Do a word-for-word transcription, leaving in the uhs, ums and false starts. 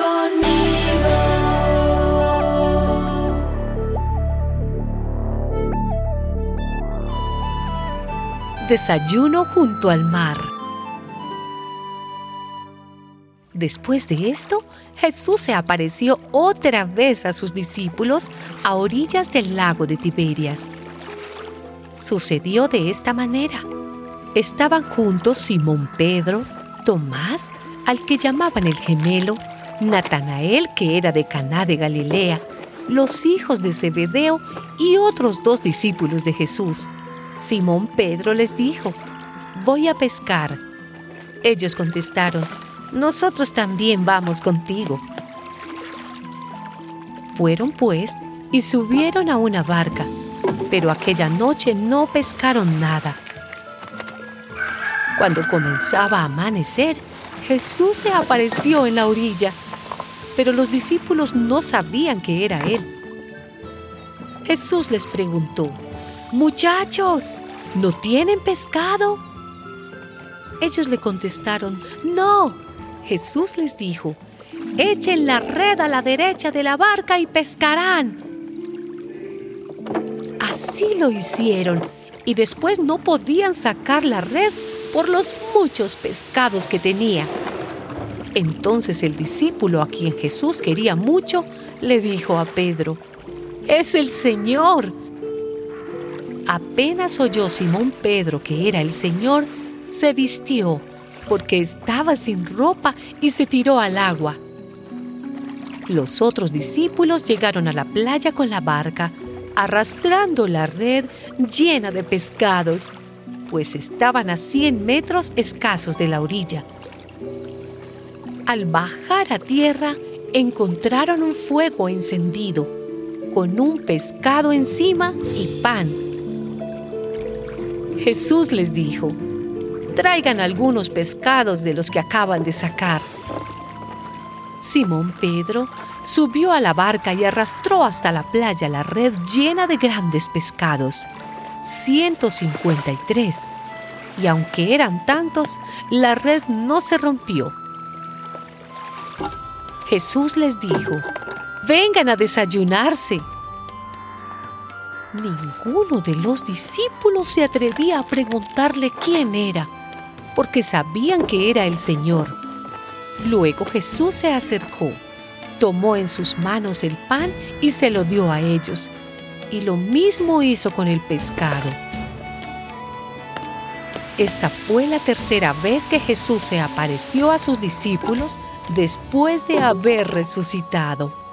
conmigo. Desayuno junto al mar. Después de esto, Jesús se apareció otra vez a sus discípulos a orillas del lago de Tiberias. Sucedió de esta manera. Estaban juntos Simón Pedro, Tomás, al que llamaban el gemelo, Natanael, que era de Caná de Galilea, los hijos de Zebedeo y otros dos discípulos de Jesús. Simón Pedro les dijo: «Voy a pescar». Ellos contestaron: «Nosotros también vamos contigo». Fueron pues y subieron a una barca, pero aquella noche no pescaron nada. Cuando comenzaba a amanecer, Jesús se apareció en la orilla, pero los discípulos no sabían que era Él. Jesús les preguntó: «Muchachos, ¿no tienen pescado?». Ellos le contestaron: «No». Jesús les dijo: «Echen la red a la derecha de la barca y pescarán». Así lo hicieron, y después no podían sacar la red por los muchos pescados que tenía. Entonces el discípulo a quien Jesús quería mucho le dijo a Pedro: «¡Es el Señor!». Apenas oyó Simón Pedro que era el Señor, se vistió, porque estaba sin ropa, y se tiró al agua. Los otros discípulos llegaron a la playa con la barca, arrastrando la red llena de pescados, pues estaban a cien metros escasos de la orilla. Al bajar a tierra, encontraron un fuego encendido, con un pescado encima y pan. Jesús les dijo: «Traigan algunos pescados de los que acaban de sacar». Simón Pedro subió a la barca y arrastró hasta la playa la red llena de grandes pescados, ciento cincuenta y tres, y aunque eran tantos, la red no se rompió. Jesús les dijo: «Vengan a desayunarse». Ninguno de los discípulos se atrevía a preguntarle quién era, porque sabían que era el Señor. Luego Jesús se acercó, tomó en sus manos el pan y se lo dio a ellos, y lo mismo hizo con el pescado. Esta fue la tercera vez que Jesús se apareció a sus discípulos después de haber resucitado.